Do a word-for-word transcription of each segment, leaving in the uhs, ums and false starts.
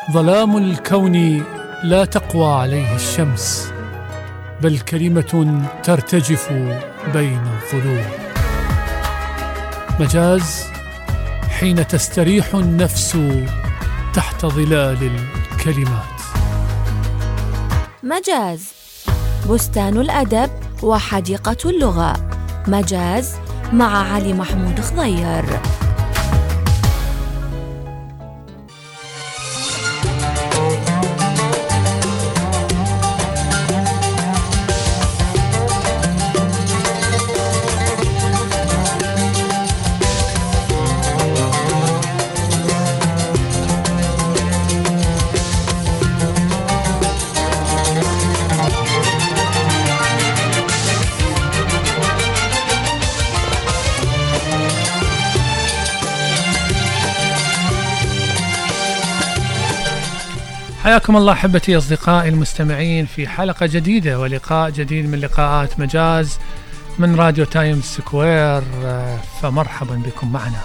ظلام الكون لا تقوى عليه الشمس، بل كلمة ترتجف بين الظلوم. مجاز حين تستريح النفس تحت ظلال الكلمات. مجاز بستان الأدب وحديقة اللغة. مجاز مع علي محمود خضير. حياكم الله أحبتي أصدقائي المستمعين في حلقة جديدة ولقاء جديد من لقاءات مجاز من راديو تايمز سكوير، فمرحبا بكم معنا.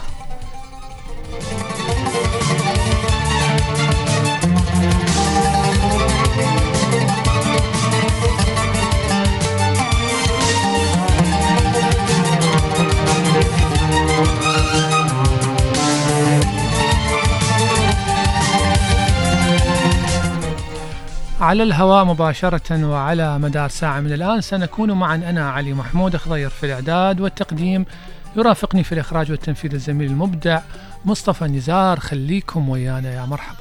على الهواء مباشرة وعلى مدار ساعة من الآن سنكون معا أنا علي محمود خضير في الإعداد والتقديم، يرافقني في الإخراج والتنفيذ الزميل المبدع مصطفى نزار. خليكم ويانا، يا مرحبا.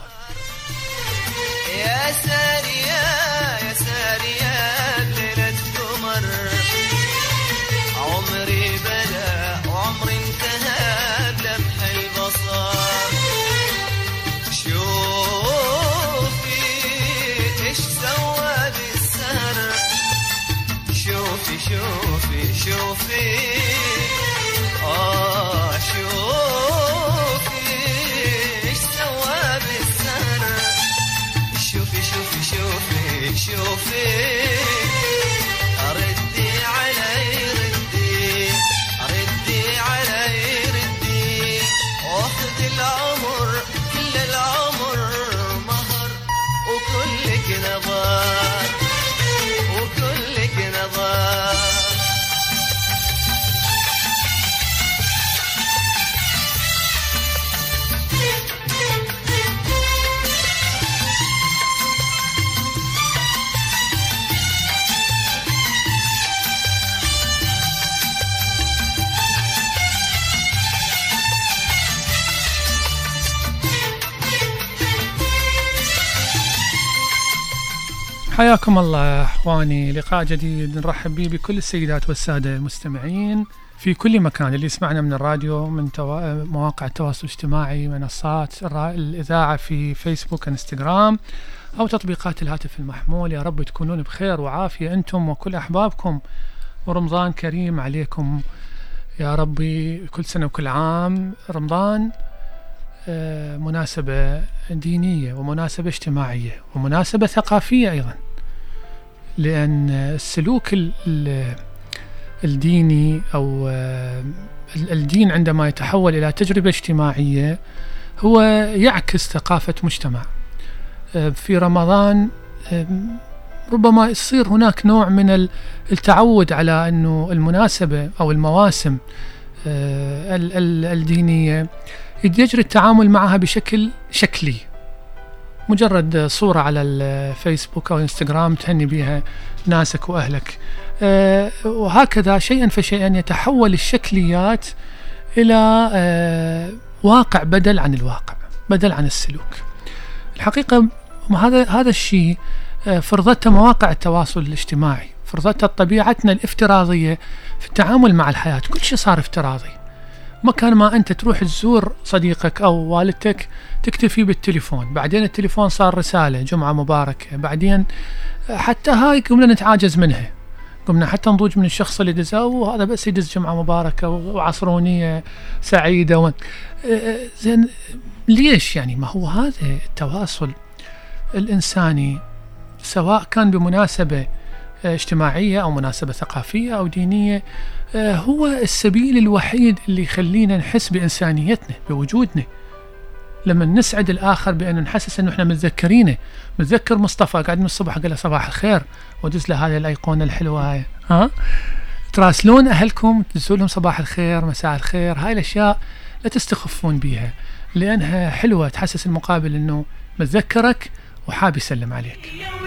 يا سارية يا سارية ليلة قمر، عمري بدا وعمري انتهى بلمح البصر. شوفي شوفي شوفي آه شوفي إيش سوى بالسهر. شوفي شوفي شوفي شوفي ردي علي ردي ردي علي ردي، واخذ العمر كل العمر مهر، وكلك نظر وكلك نظر. حياكم الله يا اخواني، لقاء جديد نرحب به بكل السيدات والساده المستمعين في كل مكان، اللي يسمعنا من الراديو، من توا... مواقع التواصل الاجتماعي، منصات الاذاعه في فيسبوك انستغرام او تطبيقات الهاتف المحمول. يا رب تكونون بخير وعافيه انتم وكل احبابكم، ورمضان كريم عليكم يا ربي كل سنه وكل عام. رمضان مناسبة دينية ومناسبة اجتماعية ومناسبة ثقافية أيضا، لأن السلوك الديني أو الدين عندما يتحول إلى تجربة اجتماعية هو يعكس ثقافة مجتمع. في رمضان ربما يصير هناك نوع من التعود على أنه المناسبة أو المواسم الدينية يجري التعامل معها بشكل شكلي، مجرد صورة على الفيسبوك أو الانستغرام تهني بها ناسك وأهلك، أه وهكذا شيئا فشيئا يتحول الشكليات إلى أه واقع بدل عن الواقع، بدل عن السلوك. الحقيقة هذا هذا الشيء أه فرضته مواقع التواصل الاجتماعي، فرضته طبيعتنا الافتراضية في التعامل مع الحياة. كل شيء صار افتراضي، مكان ما أنت تروح تزور صديقك أو والدتك تكتفي بالتليفون، بعدين التليفون صار رسالة جمعة مباركة، بعدين حتى هاي قمنا نتعاجز منها، قمنا حتى نضوج من الشخص اللي دزه وهذا بس يدز جمعة مباركة وعصرونية سعيدة و... زين ليش يعني؟ ما هو هذا التواصل الإنساني سواء كان بمناسبة اجتماعية أو مناسبة ثقافية أو دينية هو السبيل الوحيد اللي يخلينا نحس بإنسانيتنا بوجودنا. لما نسعد الآخر بأن نحسس أنه إحنا متذكرينه. متذكر مصطفى قاعد من الصبح أقول له صباح الخير وأدز له هذه الأيقونة الحلوة هاي، ها تراسلون أهلكم تدزوا لهم صباح الخير مساء الخير. هاي الأشياء لا تستخفون بيها لأنها حلوة، تحسس المقابل أنه متذكرك وحاب يسلم عليك.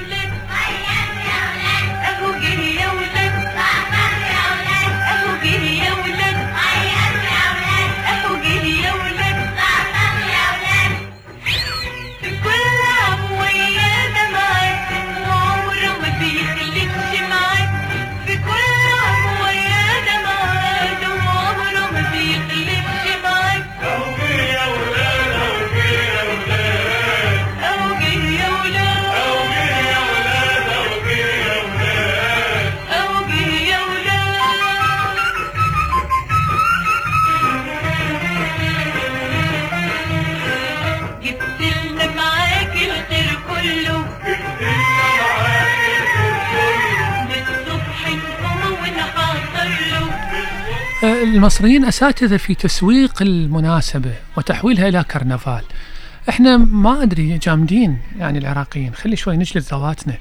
المصريين أساتذة في تسويق المناسبة وتحويلها إلى كرنفال. إحنا ما أدري جامدين يعني العراقيين، خلي شوي نجلد ذواتنا.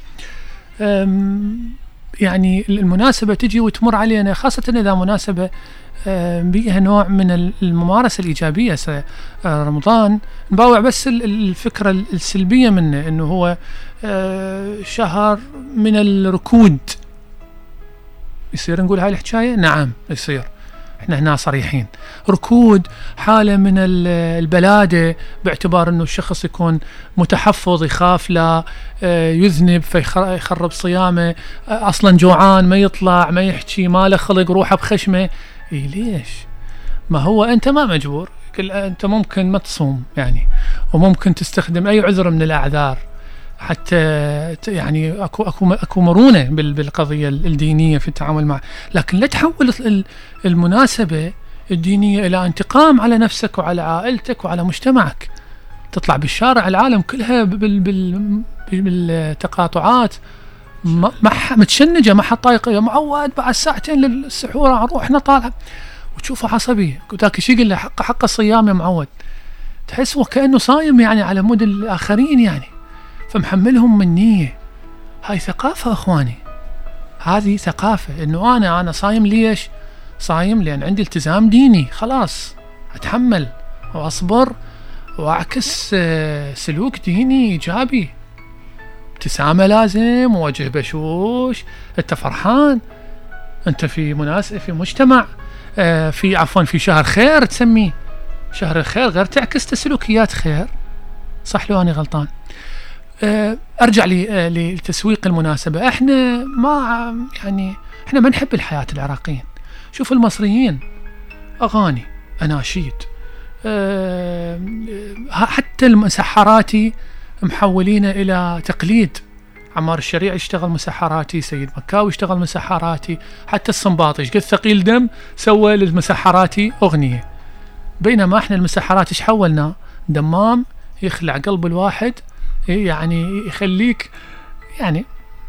يعني المناسبة تجي وتمر علينا، خاصة إذا مناسبة بيها نوع من الممارسة الإيجابية. رمضان نباوع بس الفكرة السلبية منه إنه هو شهر من الركود. يصير نقول هاي الحكاية؟ نعم يصير، احنا هنا صريحين. ركود، حالة من البلادة باعتبار انه الشخص يكون متحفظ، يخاف لا يذنب فيخرب صيامه، اصلا جوعان ما يطلع ما يحكي ما له خلق روحه بخشمه. إيه ليش؟ ما هو انت ما مجبور، انت ممكن ما تصوم يعني، وممكن تستخدم اي عذر من الاعذار حتى يعني اكو اكو اكو مرونه بالقضيه الدينيه في التعامل معه، لكن لا تحول المناسبه الدينيه الى انتقام على نفسك وعلى عائلتك وعلى مجتمعك. تطلع بالشارع العالم كلها بالتقاطعات متشنجه، ما حد طايق، معود بعد ساعتين للسحور اروح طالع وتشوفه عصبي، ذاك شو يقول له حق حق الصيام يا معود، تحس وكانه صايم يعني على مود الاخرين يعني، فمحملهم من نية. هاي ثقافة أخواني، هذه ثقافة إنه أنا أنا صايم. ليش صايم؟ لأن عندي التزام ديني، خلاص أتحمل وأصبر وأعكس سلوك ديني إيجابي. ابتسامة لازم، وجه بشوش، أنت فرحان، أنت في مناسبة في مجتمع في عفوا في شهر خير تسميه شهر الخير، غير تعكس سلوكيات خير. صح لو أنا غلطان؟ أرجع لي لتسويق المناسبة. إحنا ما يعني إحنا ما نحب الحياة العراقيين. شوف المصريين أغاني أناشيد، أه حتى المسحراتي محولين إلى تقليد. عمار الشريع يشتغل مسحراتي، سيد مكاوي يشتغل مسحراتي، حتى الصنباطي قد ثقيل دم سوى للمسحراتي أغنية. بينما إحنا المسحرات إيش حولنا؟ دمام يخلع قلب الواحد، يعني يخليك يعني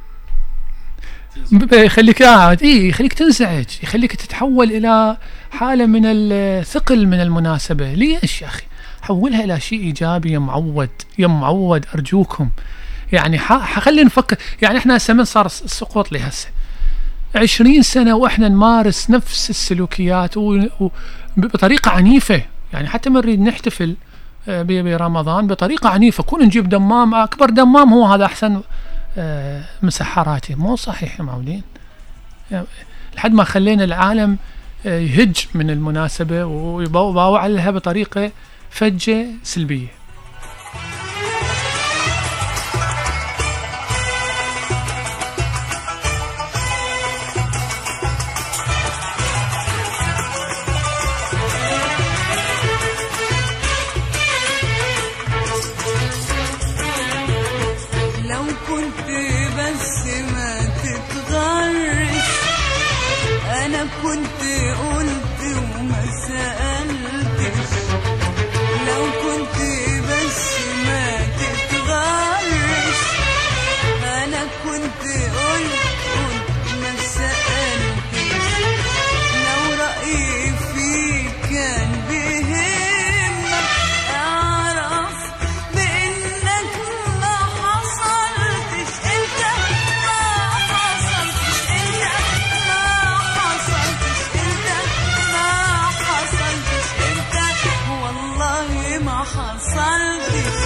يخليك قاعد إيه يخليك تنزعج، يخليك تتحول إلى حالة من الثقل من المناسبة. ليش يا أخي؟ حولها إلى شيء إيجابي يا معود، يا معود أرجوكم. يعني خلينا نفكر، يعني إحنا هسه من صار السقوط لي هسه عشرين سنة وإحنا نمارس نفس السلوكيات وبطريقة عنيفة. يعني حتى ما نريد نحتفل برمضان بطريقة عنيفة، كون نجيب دمام أكبر دمام هو هذا أحسن مسحراتي. مو صحيح يا معودين، لحد ما خلينا العالم يهج من المناسبة ويباوع لها بطريقة فجة سلبية. كنت قلت وما سألتش، لو كنت بس ما تتغرش. أنا كنت قلت قلت ما سألتش، لو رأيي فيك كان بيهمك أعرف ما حصلتش.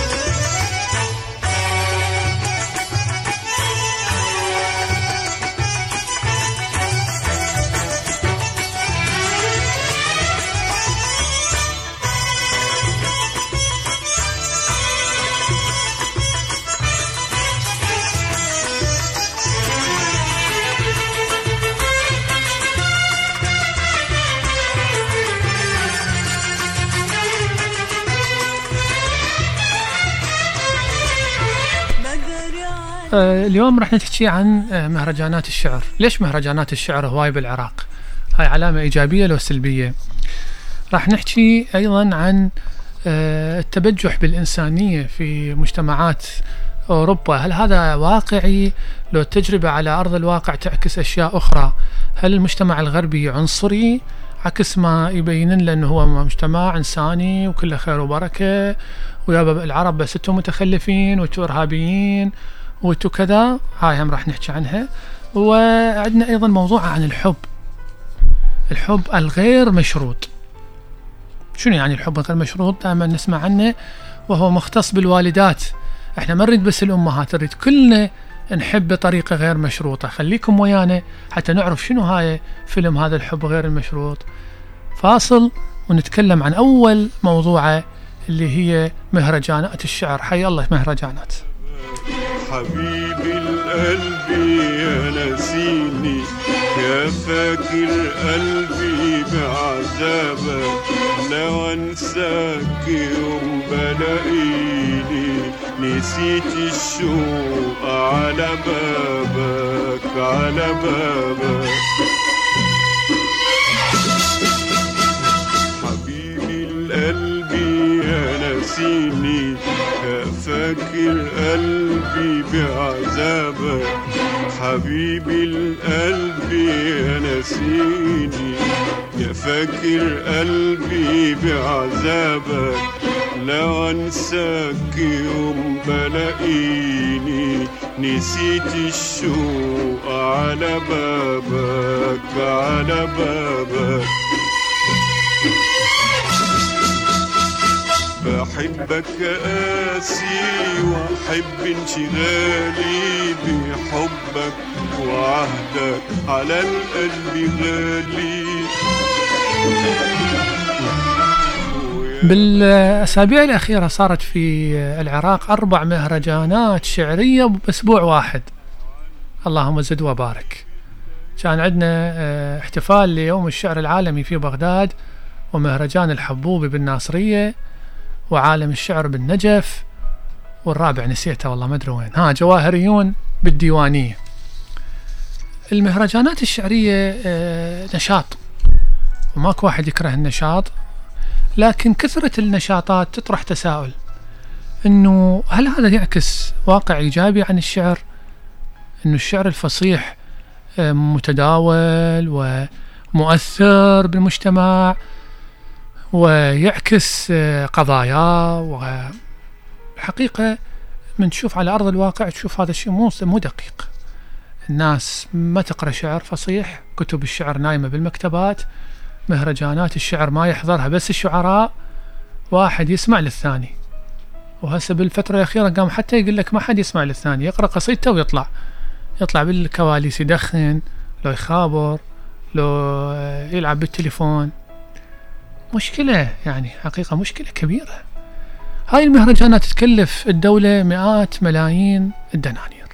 آه اليوم راح نحكي عن آه مهرجانات الشعر. ليش مهرجانات الشعر هواي بالعراق؟ هاي علامة إيجابية لو سلبية؟ راح نحكي أيضا عن آه التبجح بالإنسانية في مجتمعات أوروبا. هل هذا واقعي؟ لو التجربة على أرض الواقع تعكس أشياء أخرى. هل المجتمع الغربي عنصري عكس ما يبين لنا أنه هو مجتمع إنساني وكله خير وبركة، ويا العرب بس انتم متخلفين وانتم إرهابيين وانتو كذا؟ هاي هم راح نحكي عنها. وعندنا أيضا موضوع عن الحب، الحب الغير مشروط. شنو يعني الحب الغير مشروط؟ دائما نسمع عنه وهو مختص بالوالدات. احنا ما نريد بس الأمهات، نريد كلنا نحب بطريقة غير مشروطة. خليكم ويانا حتى نعرف شنو هاي فيلم هذا الحب غير المشروط. فاصل ونتكلم عن أول موضوعة اللي هي مهرجانات الشعر. حي الله مهرجانات. حبيبي القلب يا نسيني، يا فاكر قلبي بعذابك، لو انساك يوم بلاقيني نسيت الشوق على بابك على بابك. حبيبي القلب يا نسيني، يا فاكر قلبي بعذابك، حبيبي القلب يا نسيني، يا فاكر قلبي بعذابك، لو انساك يوم بلاقيني نسيت الشوق على بابك على بابك. بحبك قاسي واحب انشغالي بحبك، وعهدك على القلب غالي. بالأسابيع الأخيرة صارت في العراق أربع مهرجانات شعرية بأسبوع واحد، اللهم زد وبارك. كان عندنا احتفال ليوم الشعر العالمي في بغداد، ومهرجان الحبوبي بالناصرية، وعالم الشعر بالنجف، والرابع نسيته والله ما أدري وين، ها جواهريون بالديوانية. المهرجانات الشعرية نشاط، وماكو واحد يكره النشاط، لكن كثرة النشاطات تطرح تساؤل انه هل هذا يعكس واقع ايجابي عن الشعر؟ انه الشعر الفصيح متداول ومؤثر بالمجتمع ويعكس قضايا، وحقيقة من تشوف على أرض الواقع تشوف هذا الشيء مو مو دقيق. الناس ما تقرأ شعر فصيح، كتب الشعر نايمة بالمكتبات، مهرجانات الشعر ما يحضرها بس الشعراء، واحد يسمع للثاني. وهسه بالفترة الأخيرة قام حتى يقول لك ما حد يسمع للثاني، يقرأ قصيدته ويطلع يطلع بالكواليس يدخن، لو يخابر، لو يلعب بالتليفون. مشكلة يعني، حقيقة مشكلة كبيرة. هاي المهرجانات تكلف الدولة مئات ملايين الدنانير،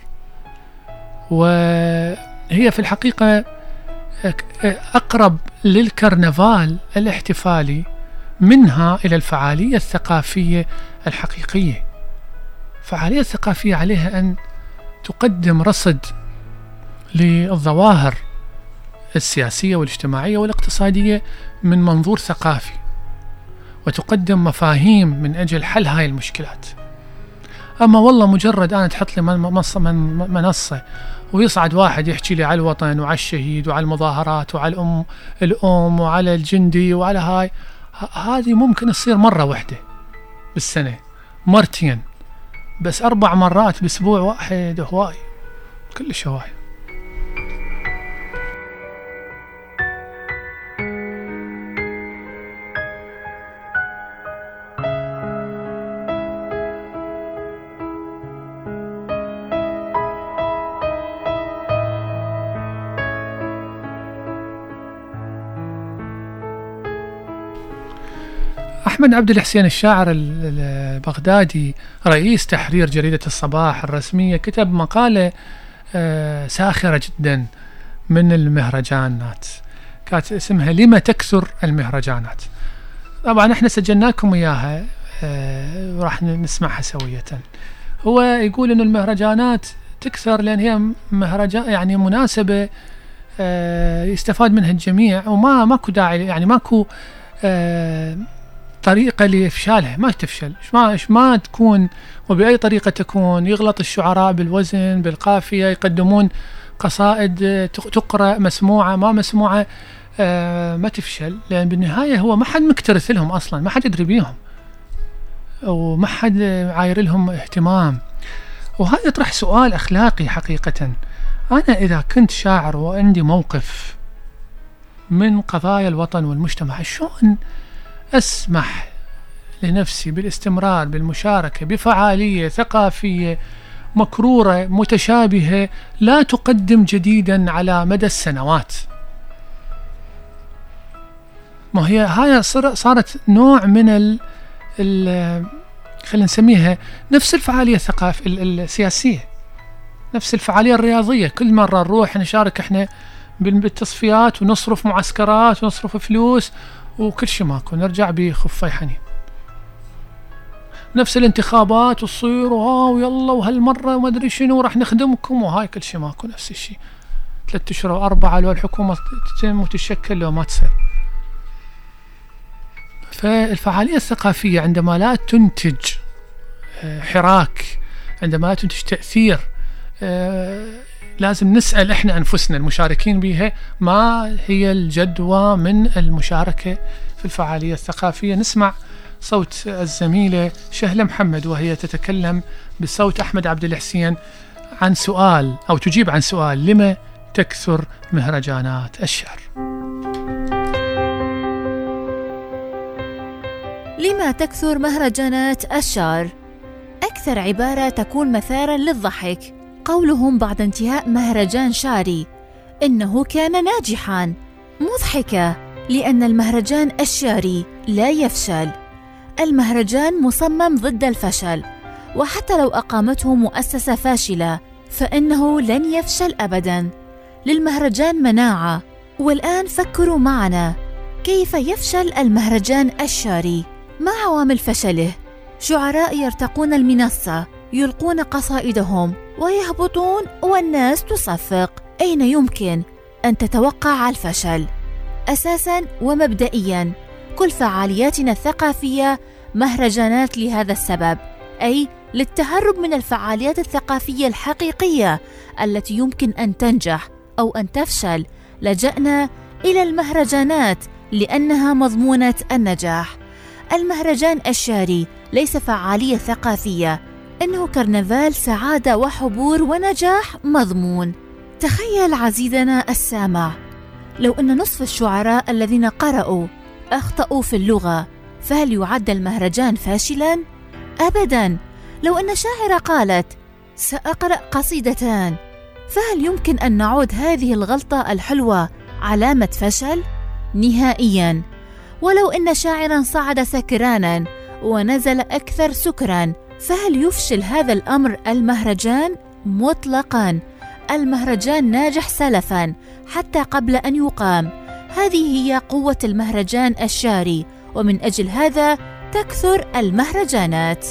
وهي في الحقيقة أقرب للكرنفال الاحتفالي منها إلى الفعالية الثقافية الحقيقية. فعالية ثقافية عليها أن تقدم رصد للظواهر السياسية والاجتماعية والاقتصادية من منظور ثقافي، وتقدم مفاهيم من أجل حل هاي المشكلات. أما والله مجرد أنا تحط لي منصة ويصعد واحد يحكي لي على الوطن وعلى الشهيد وعلى المظاهرات وعلى الأم الأم وعلى الجندي وعلى هاي، هذه ممكن تصير مرة واحدة بالسنة، مرتين، بس أربع مرات بأسبوع واحد هواي، كلش هواي. أحمد عبد الحسين الشاعر البغدادي رئيس تحرير جريدة الصباح الرسمية كتب مقالة ساخرة جدا من المهرجانات، كانت اسمها لما تكثر المهرجانات. طبعا احنا سجلنا لكم اياها وراح نسمعها سوية. هو يقول ان المهرجانات تكثر لان هي مهرجان يعني مناسبة يستفاد منها الجميع، وما ماكو داعي يعني ماكو طريقة لإفشالها، ما تفشل ما ما تكون وبأي طريقة تكون. يغلط الشعراء بالوزن بالقافية، يقدمون قصائد تقرأ مسموعة ما مسموعة، آه ما تفشل، لأن بالنهاية هو ما حد مكترث لهم أصلا، ما حد يدري بيهم وما حد عاير لهم اهتمام. وهذا يطرح سؤال أخلاقي حقيقة. أنا إذا كنت شاعر وعندي موقف من قضايا الوطن والمجتمع، شلون أسمح لنفسي بالاستمرار بالمشاركة بفعالية ثقافية مكرورة متشابهة لا تقدم جديدا على مدى السنوات؟ ما هي هاي صارت نوع من ال ال خلينا نسميها نفس الفعالية الثقافية السياسية، نفس الفعالية الرياضية. كل مرة نروح نشارك احنا بالتصفيات ونصرف معسكرات ونصرف فلوس وكل شيء ماكو، نرجع بخفي حنين. نفس الانتخابات وتصير وها ويلا وهالمرة وما ادري شنو راح نخدمكم وهاي كل شيء ماكو، نفس الشيء. ثلاث اشهر واربعة لو الحكومة تتم وتتشكل لو ما تصير. فالفعالية الثقافية عندما لا تنتج حراك، عندما لا تنتج تأثير، لازم نسأل احنا انفسنا المشاركين بها ما هي الجدوى من المشاركة في الفعالية الثقافية. نسمع صوت الزميلة شهلة محمد وهي تتكلم بصوت أحمد عبد الحسين عن سؤال أو تجيب عن سؤال: لما تكثر مهرجانات الشعر؟ لما تكثر مهرجانات الشعر؟ أكثر عبارة تكون مثارا للضحك قولهم بعد انتهاء مهرجان شعري إنه كان ناجحا، مضحكة لأن المهرجان الشعري لا يفشل. المهرجان مصمم ضد الفشل، وحتى لو أقامته مؤسسة فاشلة فإنه لن يفشل أبدا. للمهرجان مناعة. والآن فكروا معنا كيف يفشل المهرجان الشعري؟ ما عوامل فشله؟ شعراء يرتقون المنصة يلقون قصائدهم ويهبطون والناس تصفق. أين يمكن أن تتوقع الفشل؟ أساساً ومبدئياً كل فعالياتنا الثقافية مهرجانات لهذا السبب، أي للتهرب من الفعاليات الثقافية الحقيقية التي يمكن أن تنجح أو أن تفشل. لجأنا إلى المهرجانات لأنها مضمونة النجاح. المهرجان الشعري ليس فعالية ثقافية، إنه كرنفال سعادة وحبور ونجاح مضمون. تخيل عزيزنا السامع لو أن نصف الشعراء الذين قرأوا أخطأوا في اللغة، فهل يعد المهرجان فاشلاً؟ أبداً. لو أن شاعرة قالت سأقرأ قصيدتان، فهل يمكن أن نعود هذه الغلطة الحلوة علامة فشل؟ نهائياً. ولو أن شاعراً صعد سكرانا ونزل أكثر سكراً، فهل يفشل هذا الأمر المهرجان؟ مطلقاً. المهرجان ناجح سلفاً حتى قبل أن يقام. هذه هي قوة المهرجان الشعري، ومن أجل هذا تكثر المهرجانات.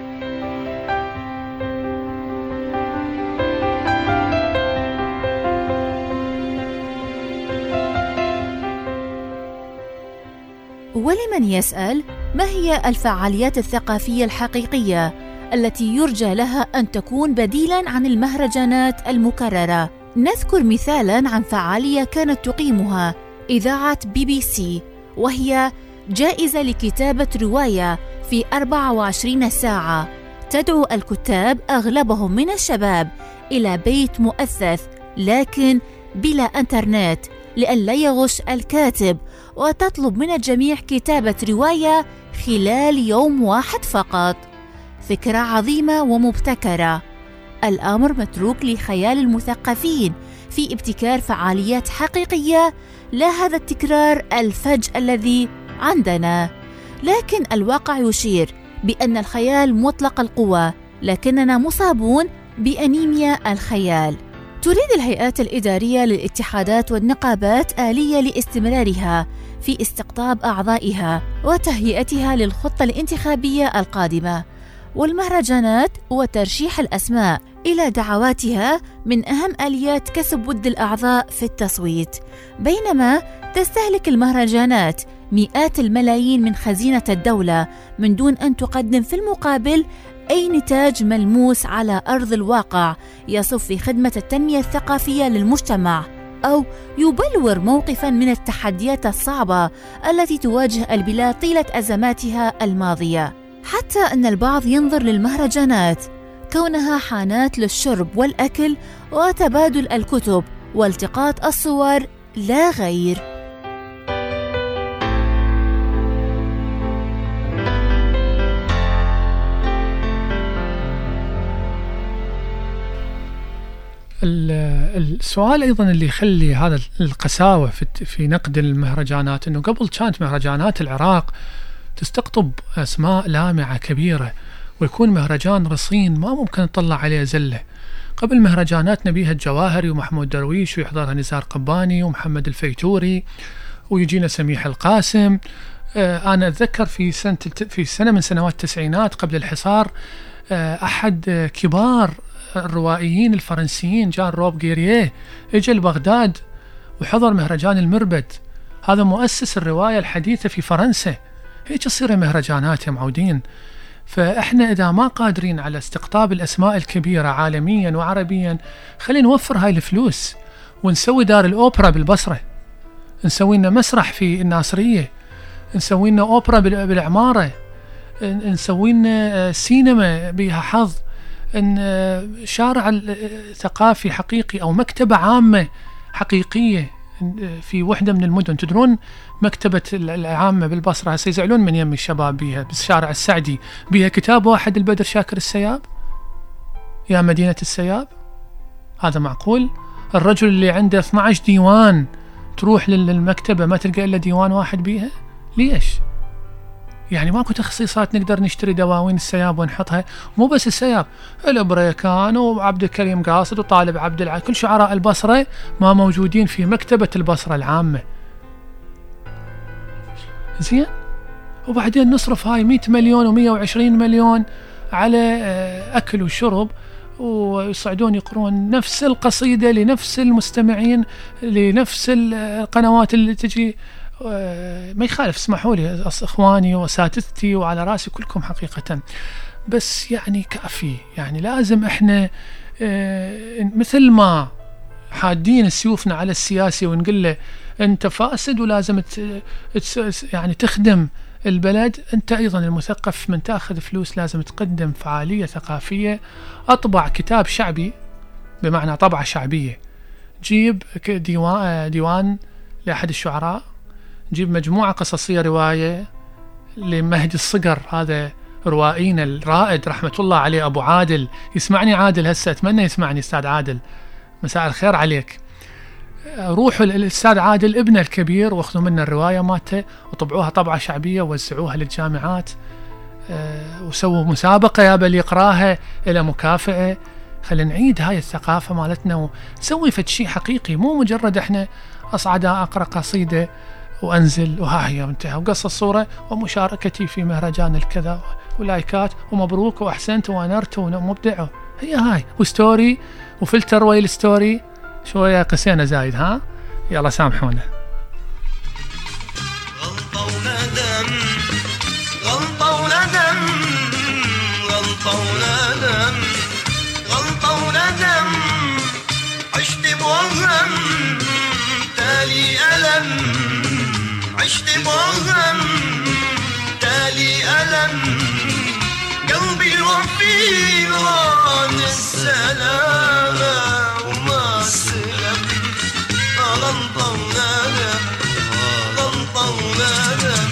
ولمن يسأل ما هي الفعاليات الثقافية الحقيقية التي يرجى لها أن تكون بديلاً عن المهرجانات المكررة؟ نذكر مثالاً عن فعالية كانت تقيمها إذاعة بي بي سي، وهي جائزة لكتابة رواية في أربع وعشرين ساعة، تدعو الكتاب أغلبهم من الشباب إلى بيت مؤثث لكن بلا إنترنت لئلا يغش الكاتب، وتطلب من الجميع كتابة رواية خلال يوم واحد فقط. فكرة عظيمة ومبتكرة. الأمر متروك لخيال المثقفين في ابتكار فعاليات حقيقية، لا هذا التكرار الفج الذي عندنا. لكن الواقع يشير بأن الخيال مطلق القوى، لكننا مصابون بأنيميا الخيال. تريد الهيئات الإدارية للاتحادات والنقابات آلية لاستمرارها في استقطاب أعضائها وتهيئتها للخطة الانتخابية القادمة، والمهرجانات وترشيح الأسماء إلى دعواتها من أهم آليات كسب ود الأعضاء في التصويت. بينما تستهلك المهرجانات مئات الملايين من خزينة الدولة من دون أن تقدم في المقابل أي نتاج ملموس على أرض الواقع يصب في خدمة التنمية الثقافية للمجتمع، أو يبلور موقفاً من التحديات الصعبة التي تواجه البلاد طيلة أزماتها الماضية. حتى أن البعض ينظر للمهرجانات كونها حانات للشرب والأكل وتبادل الكتب والتقاط الصور لا غير. السؤال أيضا اللي يخلي هذا القساوة في في نقد المهرجانات، أنه قبل كانت مهرجانات العراق تستقطب أسماء لامعة كبيرة ويكون مهرجان رصين ما ممكن نطلع عليه زلة. قبل مهرجانات نبيها الجواهري ومحمود درويش ويحضرها نزار قباني ومحمد الفيتوري ويجينا سميح القاسم. أنا أتذكر في سنة في سنة من سنوات التسعينات قبل الحصار أحد كبار الروائيين الفرنسيين جان روب غيريه اجى لبغداد وحضر مهرجان المربد، هذا مؤسس الرواية الحديثة في فرنسا. هيك تصير مهرجانات يا معودين. فإحنا إذا ما قادرين على استقطاب الأسماء الكبيرة عالميا وعربيا، خلينا نوفر هاي الفلوس ونسوي دار الأوبرا بالبصرة، نسوي لنا مسرح في الناصرية، نسوي لنا أوبرا بالعمارة، نسوي لنا سينما بها حظ، ان شارع الثقافي حقيقي او مكتبة عامة حقيقية في وحدة من المدن. تدرون مكتبة العامة بالبصرة هسه يزعلون من يم الشباب بيها، بالشارع السعدي بيها كتاب واحد البدر شاكر السياب، يا مدينة السياب. هذا معقول؟ الرجل اللي عنده اثني عشر ديوان تروح للمكتبة ما تلقى إلا ديوان واحد بيها؟ ليش؟ يعني ماكو تخصيصات نقدر نشتري دواوين السياب ونحطها؟ مو بس السياب، الابريكان وعبد الكريم قاصد وطالب عبد العال، كل شعراء البصرة ما موجودين في مكتبة البصرة العامة. زين، وبعدين نصرف هاي مئة مليون ومئة وعشرين مليون على أكل وشرب، ويصعدون يقرون نفس القصيدة لنفس المستمعين لنفس القنوات اللي تجي. ما يخالف، اسمحوا لي اخواني واساتذتي وعلى راسي كلكم حقيقة، بس يعني كافي. يعني لازم احنا مثل ما حادين سيوفنا على السياسي ونقول له انت فاسد ولازم يعني تخدم البلد، انت ايضا المثقف من تاخذ فلوس لازم تقدم فعالية ثقافية. اطبع كتاب شعبي بمعنى طبعة شعبية، جيب ديوان, ديوان لأحد الشعراء، نجيب مجموعة قصصية رواية لمهدي الصقر، هذا روائينا الرائد رحمة الله عليه أبو عادل. يسمعني عادل هسه؟ أتمنى يسمعني أستاذ عادل، مساء الخير عليك. روحوا للأستاذ عادل ابنه الكبير واخذوا منه الرواية مالته وطبعوها طبعة شعبية ووزعوها للجامعات، وسووا مسابقة يا بل يقراها إلى مكافأة. خلينا نعيد هاي الثقافة مالتنا ونسوي فد شيء حقيقي، مو مجرد احنا أصعد أقرأ قصيدة وأنزل وها هي انتهى وقص الصورة ومشاركتي في مهرجان الكذا ولايكات ومبروك وأحسنت وأنرت ومبدع. هي هاي وستوري وفلتر ويل ستوري، شوية قسينا زايد. ها يلا سامحونا. غلطة وندم غلطة وندم غلطة وندم غلطة وندم، عشت بوهم تالي ألم، عشت بوهم تالي ألم، قلبي الوفي عن السلامة وما سلم. غلطة وندم غلطة وندم.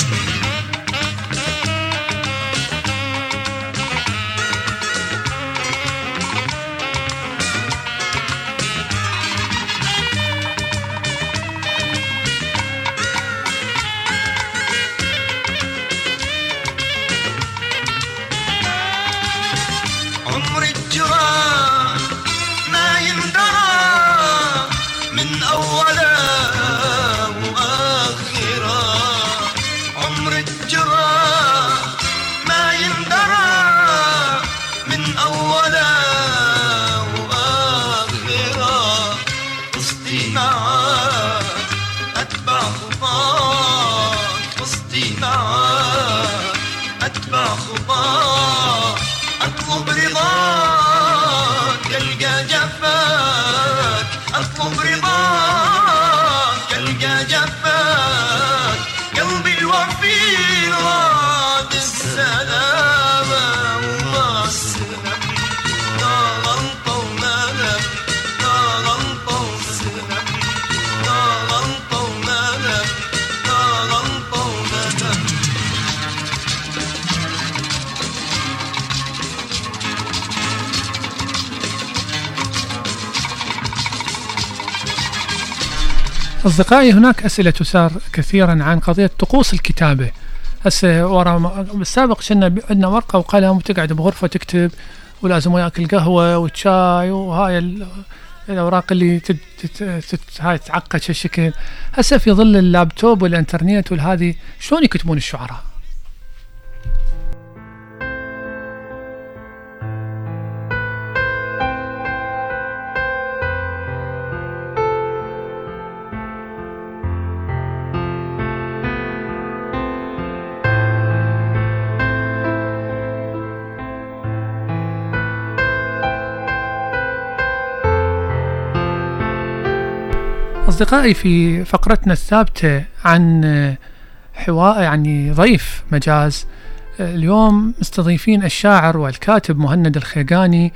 أصدقائي، هناك أسئلة تثار كثيرا عن قضية طقوس الكتابة. هسه ورا بالسابق كنا عندنا ورقة وقلم وتقعد بغرفة تكتب، ولازم وياك القهوة والشاي وهاي الأوراق اللي تت تت تت هاي تعقد هالشكل. هسه في ظل اللابتوب والإنترنت والهذه، شلون يكتبون الشعراء؟ أصدقائي، في فقرتنا الثابتة عن حوار يعني ضيف مجاز، اليوم مستضيفين الشاعر والكاتب مهند الخيقاني،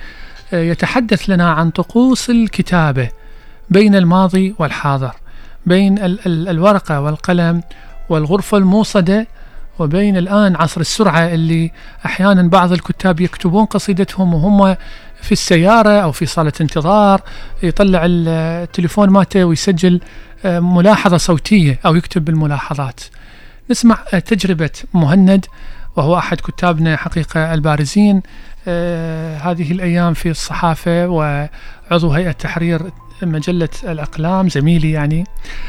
يتحدث لنا عن طقوس الكتابة بين الماضي والحاضر، بين ال ال الورقة والقلم والغرفة الموصدة، وبين الآن عصر السرعة اللي أحيانا بعض الكتاب يكتبون قصيدتهم وهم في السيارة أو في صالة انتظار، يطلع التليفون ماته ويسجل ملاحظة صوتية أو يكتب بالملاحظات. نسمع تجربة مهند، وهو أحد كتابنا حقيقة البارزين هذه الأيام في الصحافة، وعضو هيئة تحرير مجلة الأقلام، زميلي يعني.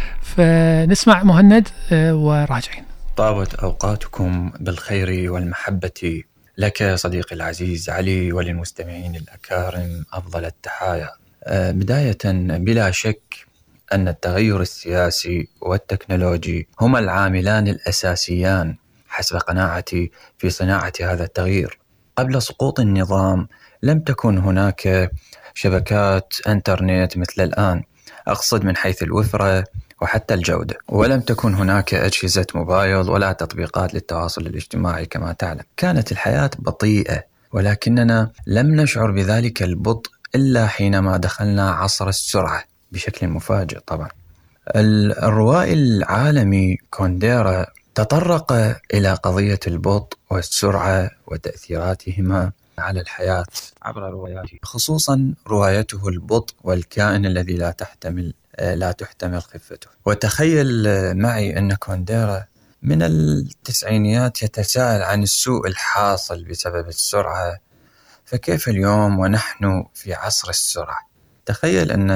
فنسمع مهند وراجعين. طابت أوقاتكم بالخير والمحبة لك صديقي العزيز علي، وللمستمعين الأكارم أفضل التحايا. بداية، بلا شك أن التغير السياسي والتكنولوجي هما العاملان الأساسيان حسب قناعتي في صناعة هذا التغيير. قبل سقوط النظام لم تكن هناك شبكات انترنت مثل الآن، أقصد من حيث الوفرة وحتى الجودة، ولم تكن هناك أجهزة موبايل ولا تطبيقات للتواصل الاجتماعي كما تعلم. كانت الحياة بطيئة، ولكننا لم نشعر بذلك البطء إلا حينما دخلنا عصر السرعة بشكل مفاجئ. طبعا الروائي العالمي كونديرا تطرق إلى قضية البطء والسرعة وتأثيراتهما على الحياة عبر رواياته، خصوصا روايته البطء والكائن الذي لا تحتمل لا تحتمل خفته. وتخيل معي أن كونديرا من التسعينيات يتساءل عن السوء الحاصل بسبب السرعة، فكيف اليوم ونحن في عصر السرعة؟ تخيل أن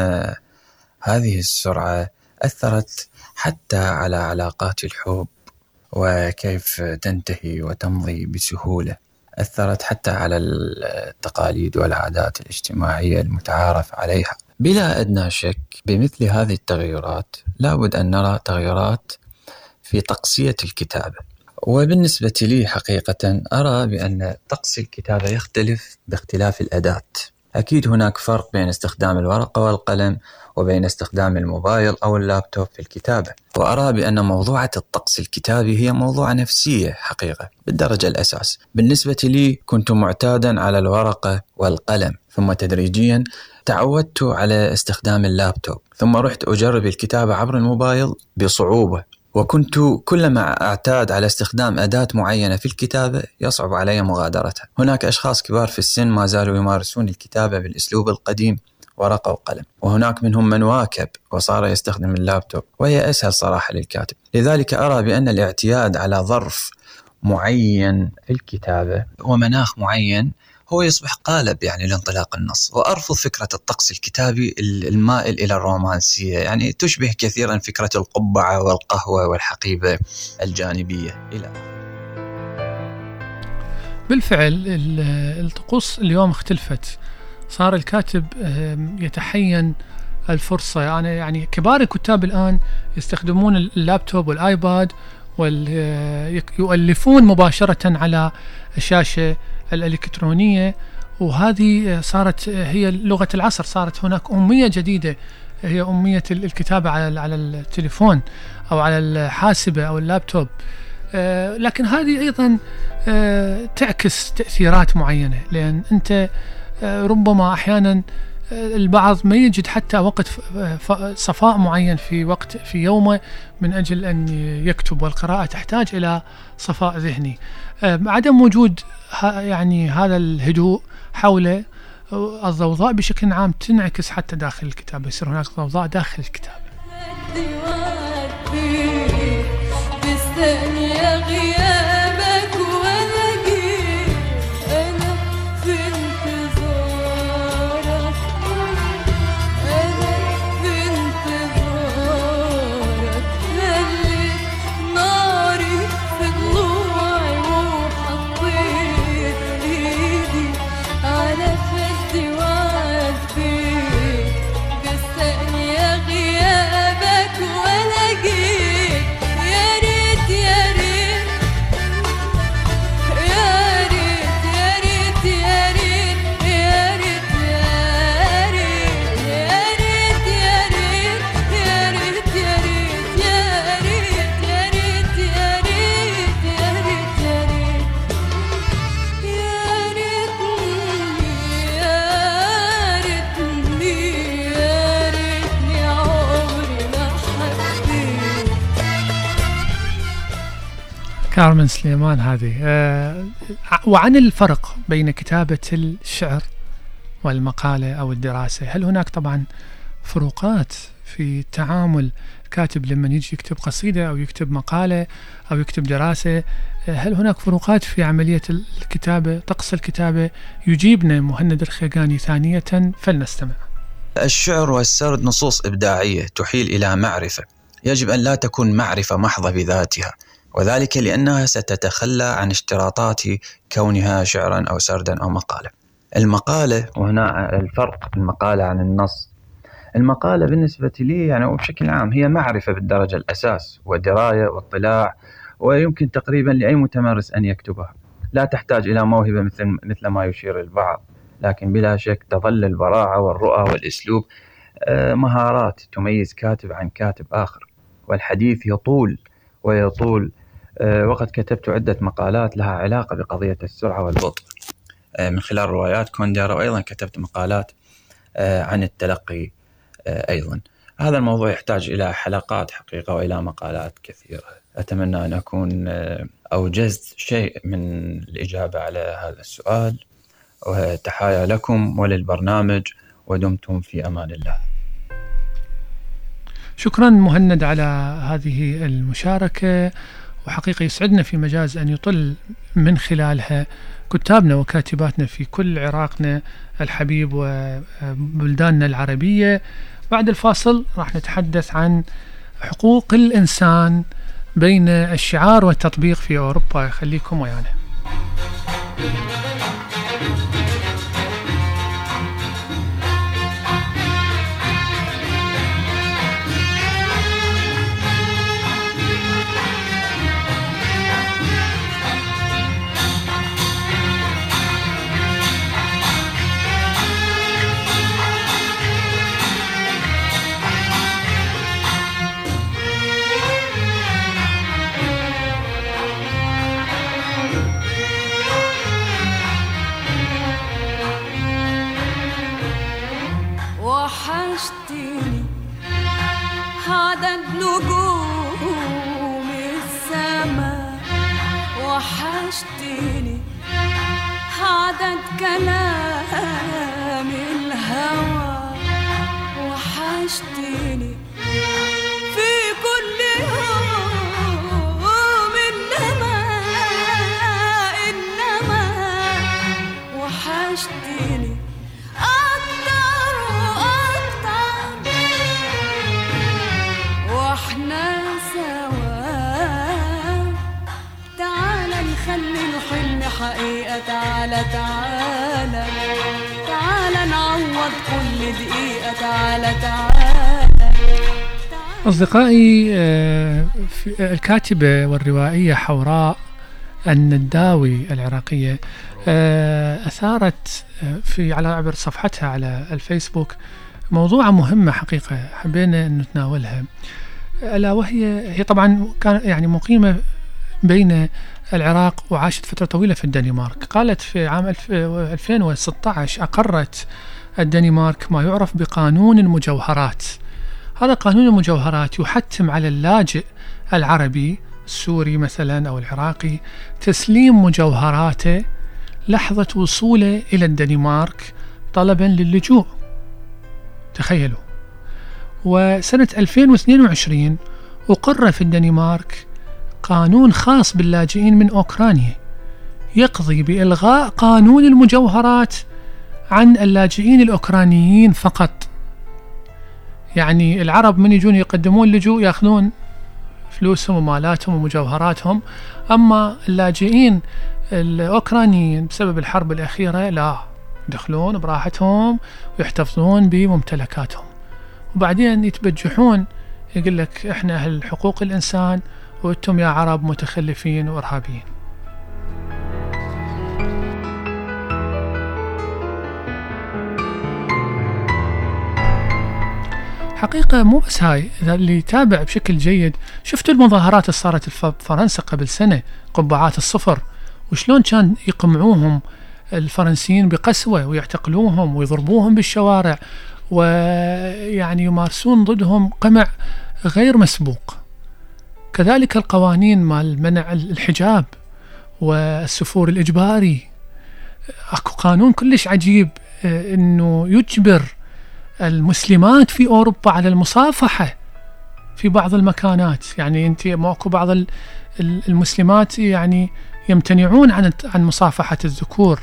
هذه السرعة أثرت حتى على علاقات الحب، وكيف تنتهي وتمضي بسهولة. أثرت حتى على التقاليد والعادات الاجتماعية المتعارف عليها. بلا أدنى شك بمثل هذه التغيرات لابد أن نرى تغيرات في تقصية الكتابة. وبالنسبة لي حقيقة أرى بأن طقس الكتابة يختلف باختلاف الأداة. أكيد هناك فرق بين استخدام الورقة والقلم وبين استخدام الموبايل أو اللابتوب في الكتابة. وأرى بأن موضوعة الطقس الكتابي هي موضوع نفسية حقيقة بالدرجة الأساس. بالنسبة لي كنت معتادا على الورقة والقلم، ثم تدريجيا تعودت على استخدام اللابتوب، ثم رحت أجرب الكتابة عبر الموبايل بصعوبة. وكنت كلما أعتاد على استخدام أداة معينة في الكتابة يصعب علي مغادرتها. هناك أشخاص كبار في السن ما زالوا يمارسون الكتابة بالأسلوب القديم، ورقة وقلم، وهناك منهم من واكب وصار يستخدم اللابتوب، وهي أسهل صراحة للكاتب. لذلك أرى بأن الاعتياد على ظرف معين في الكتابة ومناخ معين هو يصبح قالب يعني لانطلاق النص. وأرفض فكرة الطقس الكتابي المائل إلى الرومانسية، يعني تشبه كثيرا فكرة القبعة والقهوة والحقيبة الجانبية إلى بالفعل الطقوس اليوم اختلفت، صار الكاتب يتحين الفرصة. يعني يعني كبار الكتاب الآن يستخدمون اللابتوب والآيباد ويؤلفون مباشرة على الشاشة الإلكترونية، وهذه صارت هي لغة العصر. صارت هناك أمية جديدة هي أمية الكتابة على على التليفون أو على الحاسبة أو اللابتوب. آه لكن هذه أيضا آه تعكس تأثيرات معينة، لأن أنت آه ربما أحيانا البعض ما يجد حتى وقت صفاء معين في وقت في يومه من أجل أن يكتب، والقراءة تحتاج إلى صفاء ذهني. عدم وجود يعني هذا الهدوء حوله، الضوضاء بشكل عام تنعكس حتى داخل الكتاب، يصير هناك ضوضاء داخل الكتاب. فدي وعديك بالثانية غيابك ولا جيت أنا في انتظارك أنا في انتظارك خليت ناري في ضلوعي وحطيت إيدي على خدي وعديك بالثانية غيابك ولا جيت يا ريت يا ريت يا ريت يا ريت يا ريت يا ريت يا ريت يا ريت يا ريت يا ريت يا ريت يا ريت يا ريت يا ريت يا ريت يا ريت يا ريتني يا ريتني يا ريتني عمري ما حبيت. كارمن سليمان هذه. آه وعن الفرق بين كتابة الشعر والمقالة أو الدراسة، هل هناك طبعا فروقات في تعامل كاتب لما يجي يكتب قصيدة أو يكتب مقالة أو يكتب دراسة؟ آه هل هناك فروقات في عملية الكتابة، طقس الكتابة؟ يجيبنا مهند الخيقاني ثانية، فلنستمع. الشعر والسرد نصوص إبداعية تحيل إلى معرفة، يجب أن لا تكون معرفة محضة بذاتها، وذلك لأنها ستتخلى عن اشتراطات كونها شعرا أو سردا أو مقالة. المقالة، وهنا الفرق المقالة عن النص، المقالة بالنسبة لي يعني وبشكل عام هي معرفة بالدرجة الأساس ودراية واطلاع، ويمكن تقريبا لأي متمرس أن يكتبها، لا تحتاج إلى موهبة مثل مثل ما يشير البعض، لكن بلا شك تظل البراعة والرؤى والأسلوب مهارات تميز كاتب عن كاتب آخر، والحديث يطول ويطول. وقد كتبت عدة مقالات لها علاقة بقضية السرعة والبطء من خلال روايات كونديرا، وأيضا كتبت مقالات عن التلقي أيضا. هذا الموضوع يحتاج إلى حلقات حقيقة وإلى مقالات كثيرة. أتمنى أن أكون أوجزت شيء من الإجابة على هذا السؤال، وتحايا لكم وللبرنامج، ودمتم في أمان الله. شكرا مهند على هذه المشاركة، وحقيقة يسعدنا في مجاز أن يطل من خلالها كتابنا وكاتباتنا في كل عراقنا الحبيب وبلداننا العربية. بعد الفاصل راح نتحدث عن حقوق الإنسان بين الشعار والتطبيق في أوروبا. خليكم ويانا. وحشتني عدد نجوم السماء، وحشتني عدد كلام الهوى، وحشتني في كل يوم، إنما إنما وحشتني أكتر وأكتر، وإحنا سوا. تعالى نخلي الحلم حقيقة، تعالى تعالى تعالى نعوض كل دقيقة، تعالى تعالى. أصدقائي، الكاتبة والروائية حوراء النداوي العراقية أثارت في على عبر صفحتها على الفيسبوك موضوعة مهمة حقيقة حبينا أن نتناولها، ألا وهي هي طبعا كان يعني مقيمة بين العراق وعاشت فترة طويلة في الدنمارك. قالت في عام ألفين وستة عشر أقرت الدنمارك ما يعرف بقانون المجوهرات. هذا قانون المجوهرات يحتم على اللاجئ العربي السوري مثلا أو العراقي تسليم مجوهراته لحظة وصوله إلى الدنمارك طلبا للجوء. تخيلوا. وسنة ألفين واثنين وعشرين أقر في الدنمارك قانون خاص باللاجئين من أوكرانيا يقضي بإلغاء قانون المجوهرات عن اللاجئين الأوكرانيين فقط. يعني العرب من يجون يقدمون لجوء يأخذون فلوسهم ومالاتهم ومجوهراتهم، أما اللاجئين الأوكرانيين بسبب الحرب الأخيرة لا، يدخلون براحتهم ويحتفظون بممتلكاتهم، وبعدين يتبجحون يقول لك إحنا أهل حقوق الإنسان وأنتم يا عرب متخلفين وإرهابيين. حقيقة مو بس هاي، اللي يتابع بشكل جيد شفتوا المظاهرات اللي صارت في فرنسا قبل سنة، قبعات الصفر، وشلون كان يقمعوهم الفرنسيين بقسوة ويعتقلوهم ويضربوهم بالشوارع ويعني يمارسون ضدهم قمع غير مسبوق. كذلك القوانين مال منع الحجاب والسفور الإجباري، أكو قانون كلش عجيب إنه يجبر المسلمات في أوروبا على المصافحة في بعض المكانات. يعني أنت ماكو بعض المسلمات يعني يمتنعون عن عن مصافحة الذكور،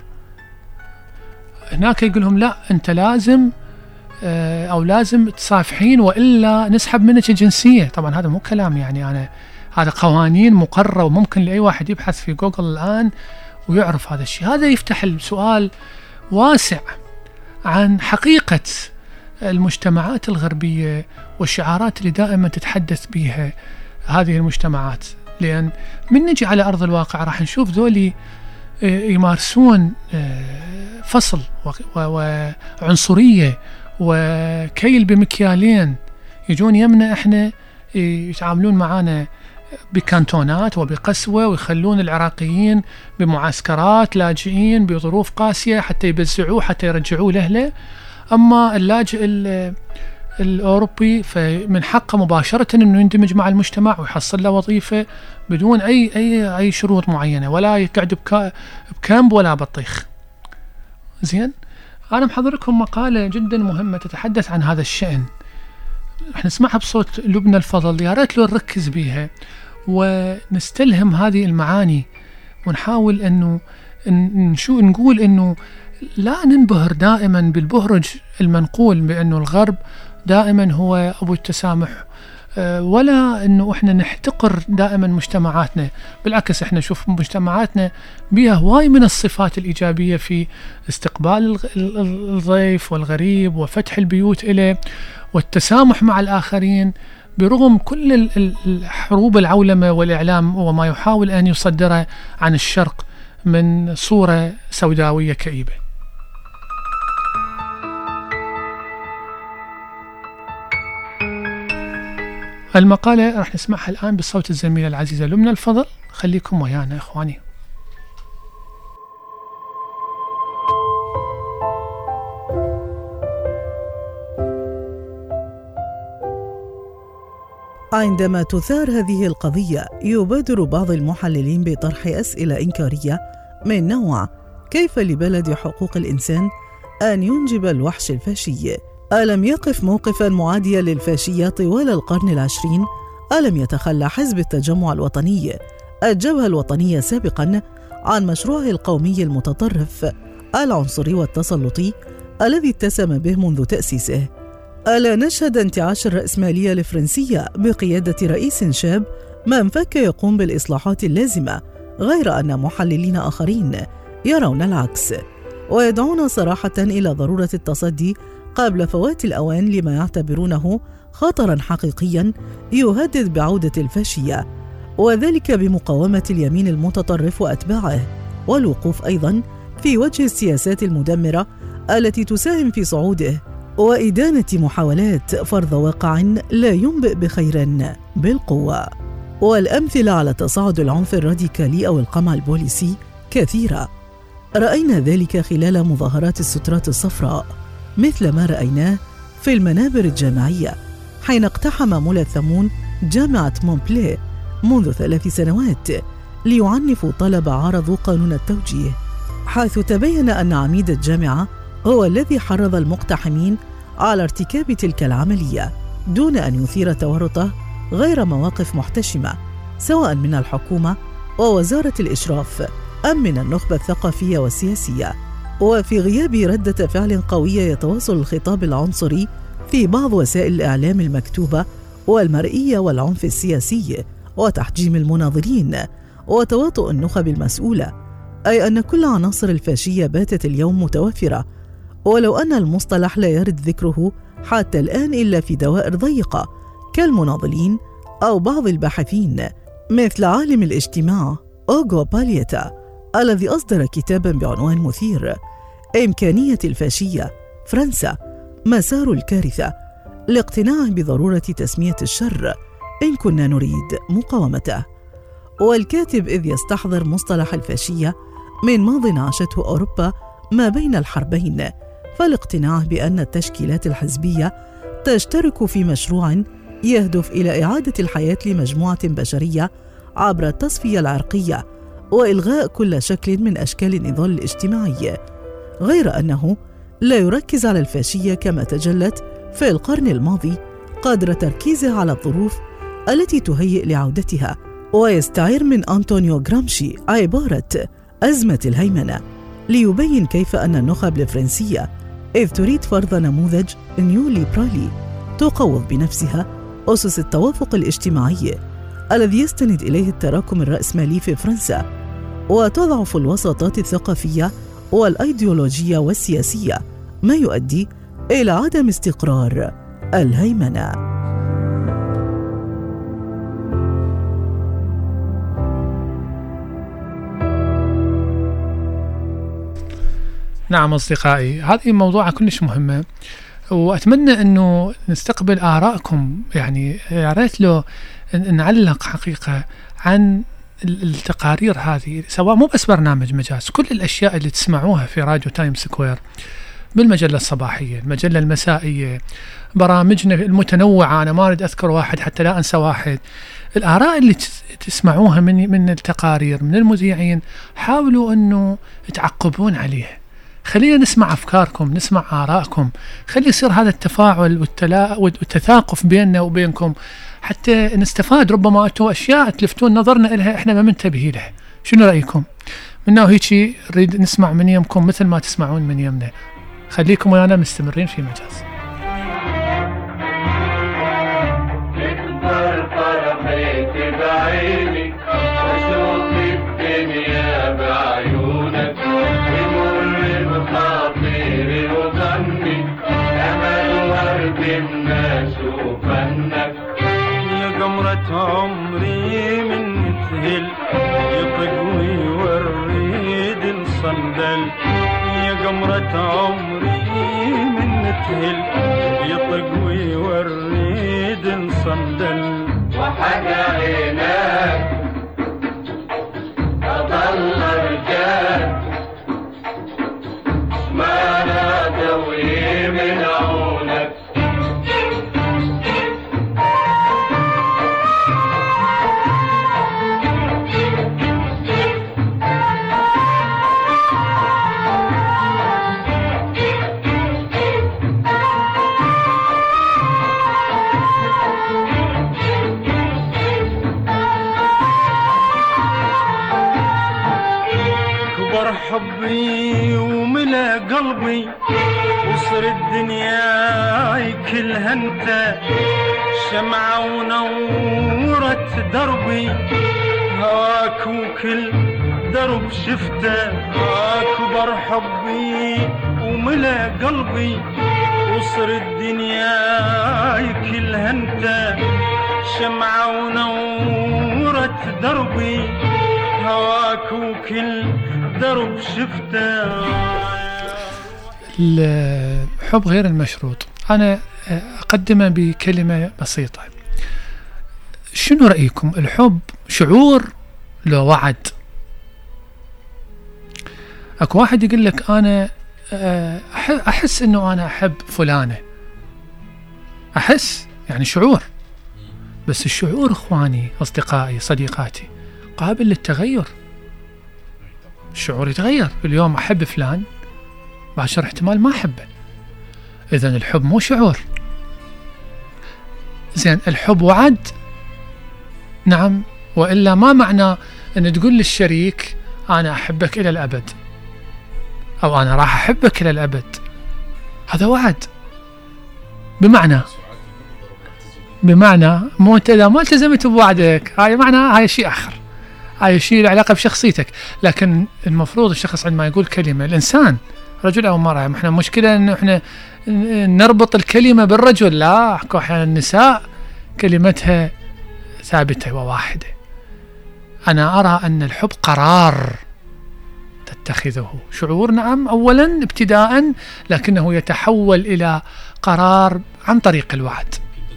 هناك يقول لهم لا أنت لازم أو لازم تصافحين وإلا نسحب منك الجنسية. طبعا هذا مو كلام، يعني أنا هذا قوانين مقررة وممكن لأي واحد يبحث في جوجل الآن ويعرف هذا الشيء. هذا يفتح السؤال واسع عن حقيقة المجتمعات الغربية والشعارات اللي دائما تتحدث بها هذه المجتمعات، لأن من نجي على أرض الواقع راح نشوف ذولي يمارسون فصل وعنصرية وكيل بمكيالين. يجون يمنا احنا يتعاملون معانا بكانتونات وبقسوة، ويخلون العراقيين بمعسكرات لاجئين بظروف قاسية حتى يبزعوه حتى يرجعوه لأهله. أما اللاجئ الأوروبي فمن حقه مباشرة أنه يندمج مع المجتمع ويحصل له وظيفة بدون أي أي أي شروط معينة، ولا يقعد بكامب ولا بطيخ. زين، أنا محضركم مقالة جدا مهمة تتحدث عن هذا الشأن، رح نسمعها بصوت لبنى الفضل، يا ريت لو نركز بيها ونستلهم هذه المعاني ونحاول أنه نشو نقول أنه لا ننبهر دائما بالبهرج المنقول بأنه الغرب دائما هو أبو التسامح، ولا أنه إحنا نحتقر دائما مجتمعاتنا. بالعكس إحنا نشوف مجتمعاتنا بها هواي من الصفات الإيجابية في استقبال الضيف والغريب وفتح البيوت إليه والتسامح مع الآخرين، برغم كل الحروب العولمة والإعلام وما يحاول أن يصدره عن الشرق من صورة سوداوية كئيبة. المقالة راح نسمعها الآن بصوت الزميلة العزيزة لبنى الفضل، خليكم ويانا إخواني. عندما تثار هذه القضية يبادر بعض المحللين بطرح أسئلة إنكارية من نوع: كيف لبلد حقوق الإنسان أن ينجب الوحش الفاشي؟ ألم يقف موقفاً معادياً للفاشية طوال القرن العشرين؟ ألم يتخلى حزب التجمع الوطني الجبهة الوطنية سابقاً عن مشروعه القومي المتطرف العنصري والتسلطي الذي اتسم به منذ تأسيسه؟ ألا نشهد انتعاش الرأسمالية الفرنسية بقيادة رئيس شاب من فك يقوم بالإصلاحات اللازمة، غير أن محللين آخرين يرون العكس ويدعون صراحة إلى ضرورة التصدي قبل فوات الأوان لما يعتبرونه خطراً حقيقياً يهدد بعودة الفاشية، وذلك بمقاومة اليمين المتطرف وأتباعه، والوقوف أيضاً في وجه السياسات المدمرة التي تساهم في صعوده، وإدانة محاولات فرض واقع لا ينبئ بخير بالقوة. والأمثلة على تصاعد العنف الراديكالي أو القمع البوليسي كثيرة. رأينا ذلك خلال مظاهرات السترات الصفراء، مثل ما رأيناه في المنابر الجامعية حين اقتحم ملثمون جامعة مونبلي منذ ثلاث سنوات ليعنفوا طلبة عارضوا قانون التوجيه، حيث تبين أن عميد الجامعة هو الذي حرض المقتحمين على ارتكاب تلك العملية، دون أن يثير تورطه غير مواقف محتشمة سواء من الحكومة ووزارة الإشراف أم من النخبة الثقافية والسياسية. وفي غياب ردة فعل قوية يتواصل الخطاب العنصري في بعض وسائل الإعلام المكتوبة والمرئية والعنف السياسي وتحجيم المناظرين وتواطؤ النخب المسؤولة، أي أن كل عناصر الفاشية باتت اليوم متوفرة، ولو أن المصطلح لا يرد ذكره حتى الآن إلا في دوائر ضيقة كالمناضلين أو بعض الباحثين، مثل عالم الاجتماع أوغو باليتا الذي أصدر كتاباً بعنوان مثير: إمكانية الفاشية فرنسا مسار الكارثة، لاقتناعه بضرورة تسمية الشر إن كنا نريد مقاومته. والكاتب إذ يستحضر مصطلح الفاشية من ماضٍ عاشته أوروبا ما بين الحربين، فالاقتناع بأن التشكيلات الحزبية تشترك في مشروع يهدف إلى إعادة الحياة لمجموعة بشرية عبر التصفية العرقية وإلغاء كل شكل من أشكال النضال الاجتماعي، غير أنه لا يركز على الفاشية كما تجلت في القرن الماضي قدر تركيزه على الظروف التي تهيئ لعودتها، ويستعير من أنطونيو غرامشي عبارة أزمة الهيمنة ليبين كيف أن النخب الفرنسية إذ تريد فرض نموذج نيو ليبرالي تقوض بنفسها أسس التوافق الاجتماعي الذي يستند إليه التراكم الرأسمالي في فرنسا، وتضعف الوساطات الثقافية والأيديولوجية والسياسية، ما يؤدي إلى عدم استقرار الهيمنة. نعم أصدقائي، هذه موضوعة كلش مهمة، وأتمنى أنه نستقبل آراءكم. يعني يا ريت لو نعلق حقيقة عن التقارير هذه، سواء مو بس برنامج مجاز، كل الأشياء اللي تسمعوها في راديو تايم سكوير، بالمجلة الصباحية، المجلة المسائية، برامجنا المتنوعة. أنا ما أريد أذكر واحد حتى لا أنسى واحد. الآراء اللي تسمعوها من من التقارير من المذيعين، حاولوا أنه تعقبون عليها. خلينا نسمع أفكاركم، نسمع آراءكم، خلي يصير هذا التفاعل والتلا... والتثاقف بيننا وبينكم حتى نستفاد. ربما أنتوا أشياء تلفتون نظرنا إلها إحنا ما منتبه لها. شنو رأيكم؟ منا هيك نريد نسمع من يمكم مثل ما تسمعون من يمنا. خليكم ويانا مستمرين في مجاز. تكبر فرحتي بعيني واشوف الدنيا بعيونك، يمر بخاطري وظني امل ورد الناس وفنك. يا قمرة عمري من تهل يطق ويوريد الصندل، يا قمرة عمري من تهل يطق ويوريد الصندل. وحق عينك أضل رجال ما نادوا يمنعونك. حبي وملا قلبي وصر الدنيا كلها انت، شمعة ونورت دربي هواك وكل درب شفته. أكبر حبي وملا قلبي وصر الدنيا كلها انت، شمعة ونورت دربي هواك وكل درب شفته. الحب غير المشروط أنا أقدمه بكلمة بسيطة. شنو رأيكم؟ الحب شعور لو وعد؟ أكو واحد يقول لك أنا أحس أنه أنا أحب فلانة، أحس يعني شعور، بس الشعور إخواني أصدقائي صديقاتي قابل للتغير. الشعور يتغير، اليوم أحب فلان بعشر احتمال ما أحبه. إذن الحب مو شعور. زين الحب وعد؟ نعم، وإلا ما معنى أن تقول للشريك أنا أحبك إلى الأبد أو أنا راح أحبك إلى الأبد. هذا وعد بمعنى بمعنى مو أنت إذا ما التزمت بوعدك، هاي معنى هاي شيء آخر، هاي شيء له علاقة بشخصيتك. لكن المفروض الشخص عندما يقول كلمة، الإنسان رجل أو مرأة، إحنا مشكلة إنه إحنا نربط الكلمة بالرجل. لا، أحيانا النساء كلمتها ثابتة وواحدة. أنا أرى أن الحب قرار تتخذه، شعور نعم أولا ابتداء، لكنه يتحول إلى قرار عن طريق الوعد.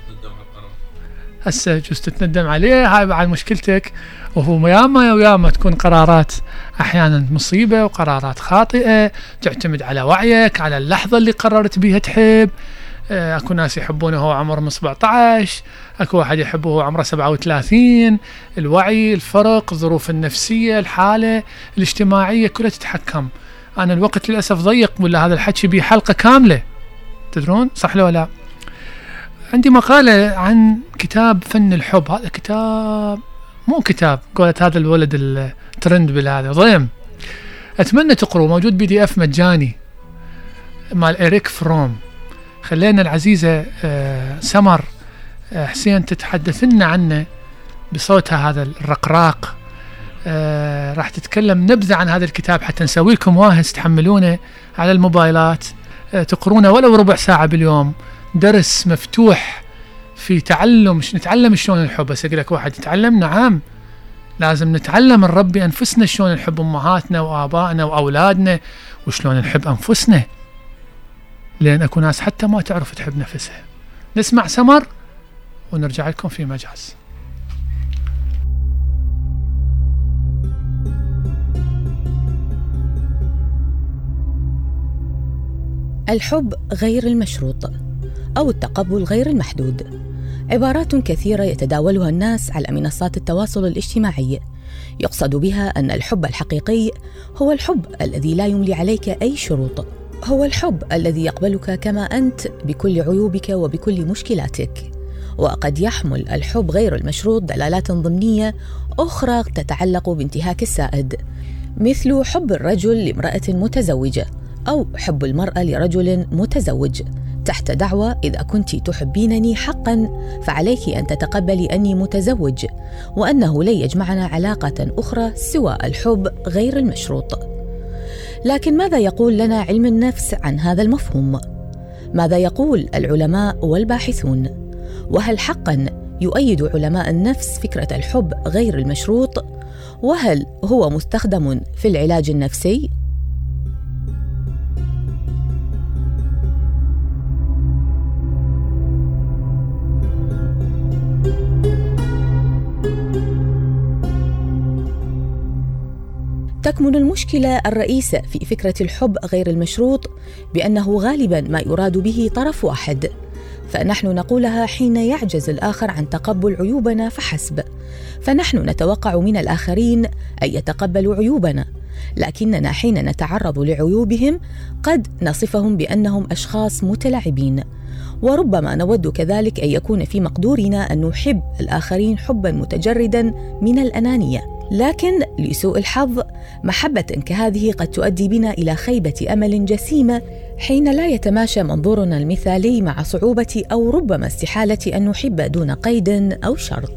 هسه جوز تتندم عليه، هاي بعد مشكلتك. وهو ياما وياما تكون قرارات أحيانا مصيبة وقرارات خاطئة، تعتمد على وعيك، على اللحظة اللي قررت بيها تحب. اكو ناس يحبونه وهو عمره سبعة عشر، اكو واحد يحبه وهو عمره سبعة وثلاثين. الوعي، الفرق، الظروف النفسية، الحالة الاجتماعية كلها تتحكم. انا الوقت للأسف ضيق، ولا هذا الحكي بيه حلقة كاملة، تدرون صح لو لا؟ عندي مقالة عن كتاب فن الحب. هذا كتاب مو كتاب، قولت هذا الولد الترند بالهذا ضيم، اتمنى تقروا، موجود بي دي اف مجاني مال إريك فروم. خلينا العزيزة آه سمر آه حسين تتحدث لنا عنه بصوتها هذا الرقراق. آه راح تتكلم نبذة عن هذا الكتاب حتى نسوي لكم واهز تحملونه على الموبايلات، آه تقرونه ولو ربع ساعة باليوم. درس مفتوح في تعلم، نتعلم شلون الحب. بس أقول لك واحد يتعلم، نعم لازم نتعلم نربي أنفسنا شلون نحب أمهاتنا وآبائنا وأولادنا، وشلون نحب أنفسنا، لأن أكو ناس حتى ما تعرف تحب نفسها. نسمع سمر ونرجع لكم في مجاز. الحب غير المشروط أو التقبل غير المحدود عبارات كثيرة يتداولها الناس على منصات التواصل الاجتماعي. يقصد بها أن الحب الحقيقي هو الحب الذي لا يملي عليك أي شروط، هو الحب الذي يقبلك كما أنت بكل عيوبك وبكل مشكلاتك. وقد يحمل الحب غير المشروط دلالات ضمنية أخرى تتعلق بانتهاك السائد، مثل حب الرجل لامرأة متزوجة أو حب المرأة لرجل متزوج، تحت دعوى إذا كنت تحبينني حقا فعليك أن تتقبلي أني متزوج، وأنه لن يجمعنا علاقة أخرى سوى الحب غير المشروط. لكن ماذا يقول لنا علم النفس عن هذا المفهوم؟ ماذا يقول العلماء والباحثون؟ وهل حقا يؤيد علماء النفس فكرة الحب غير المشروط؟ وهل هو مستخدم في العلاج النفسي؟ تكمن المشكلة الرئيسة في فكرة الحب غير المشروط بأنه غالباً ما يراد به طرف واحد، فنحن نقولها حين يعجز الآخر عن تقبل عيوبنا فحسب، فنحن نتوقع من الآخرين أن يتقبلوا عيوبنا، لكننا حين نتعرض لعيوبهم قد نصفهم بأنهم أشخاص متلاعبين، وربما نود كذلك أن يكون في مقدورنا أن نحب الآخرين حباً متجرداً من الأنانية. لكن لسوء الحظ محبة كهذه قد تؤدي بنا إلى خيبة أمل جسيمة حين لا يتماشى منظورنا المثالي مع صعوبة أو ربما استحالة أن نحب دون قيد أو شرط.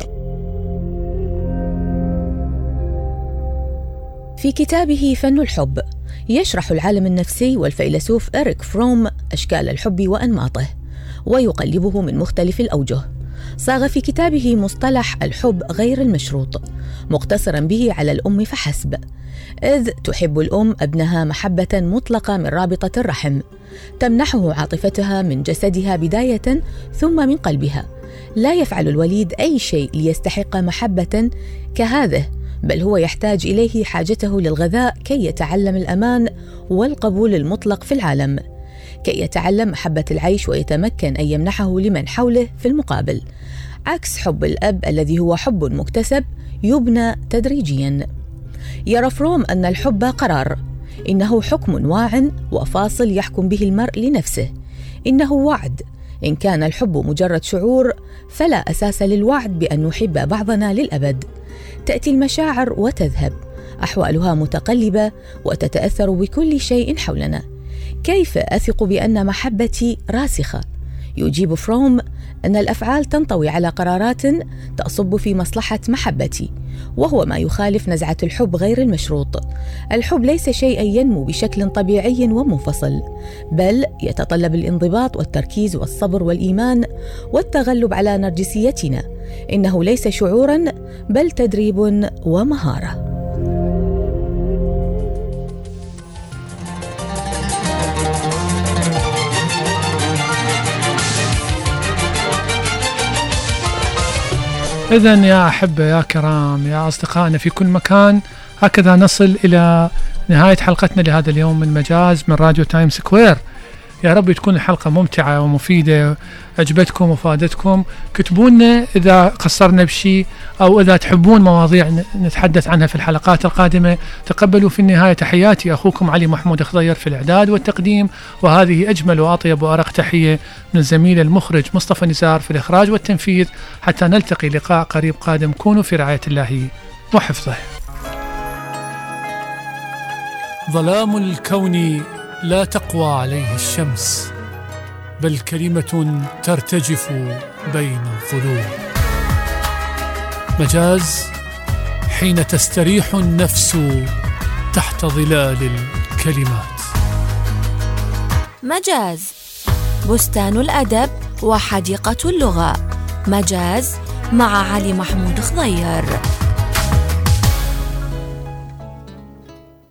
في كتابه فن الحب يشرح العالم النفسي والفيلسوف إريك فروم أشكال الحب وأنماطه ويقلبه من مختلف الأوجه. صاغ في كتابه مصطلح الحب غير المشروط مقتصرا به على الأم فحسب، إذ تحب الأم ابنها محبة مطلقة من رابطة الرحم، تمنحه عاطفتها من جسدها بداية ثم من قلبها. لا يفعل الوليد أي شيء ليستحق محبة كهذه، بل هو يحتاج إليه حاجته للغذاء كي يتعلم الأمان والقبول المطلق في العالم، كي يتعلم محبة العيش ويتمكن أن يمنحه لمن حوله في المقابل، عكس حب الأب الذي هو حب مكتسب يبنى تدريجياً. يرى فروم أن الحب قرار، إنه حكم واع وفاصل يحكم به المرء لنفسه، إنه وعد إن كان الحب مجرد شعور فلا أساس للوعد بأن نحب بعضنا للأبد. تأتي المشاعر وتذهب، أحوالها متقلبة وتتأثر بكل شيء حولنا. كيف أثق بأن محبتي راسخة؟ يجيب فروم أن الأفعال تنطوي على قرارات تصب في مصلحة محبتي، وهو ما يخالف نزعة الحب غير المشروط. الحب ليس شيئا ينمو بشكل طبيعي ومنفصل، بل يتطلب الانضباط والتركيز والصبر والإيمان والتغلب على نرجسيتنا. إنه ليس شعورا بل تدريب ومهارة. إذن يا أحبة يا كرام يا أصدقائنا في كل مكان، هكذا نصل إلى نهاية حلقتنا لهذا اليوم من مجاز من راديو تايم سكوير. يا رب تكون الحلقة ممتعة ومفيدة، عجبتكم وفادتكم. كتبوا لنا إذا قصرنا بشيء أو إذا تحبون مواضيع نتحدث عنها في الحلقات القادمة. تقبلوا في النهاية تحياتي أخوكم علي محمود خضير في الإعداد والتقديم، وهذه أجمل وأطيب وأرق تحية من الزميل المخرج مصطفى نزار في الإخراج والتنفيذ. حتى نلتقي لقاء قريب قادم، كونوا في رعاية الله وحفظه. ظلام الكون لا تقوى عليه الشمس، بل كلمة ترتجف بين الظلوم. مجاز حين تستريح النفس تحت ظلال الكلمات. مجاز بستان الأدب وحديقة اللغة. مجاز مع علي محمود خضير.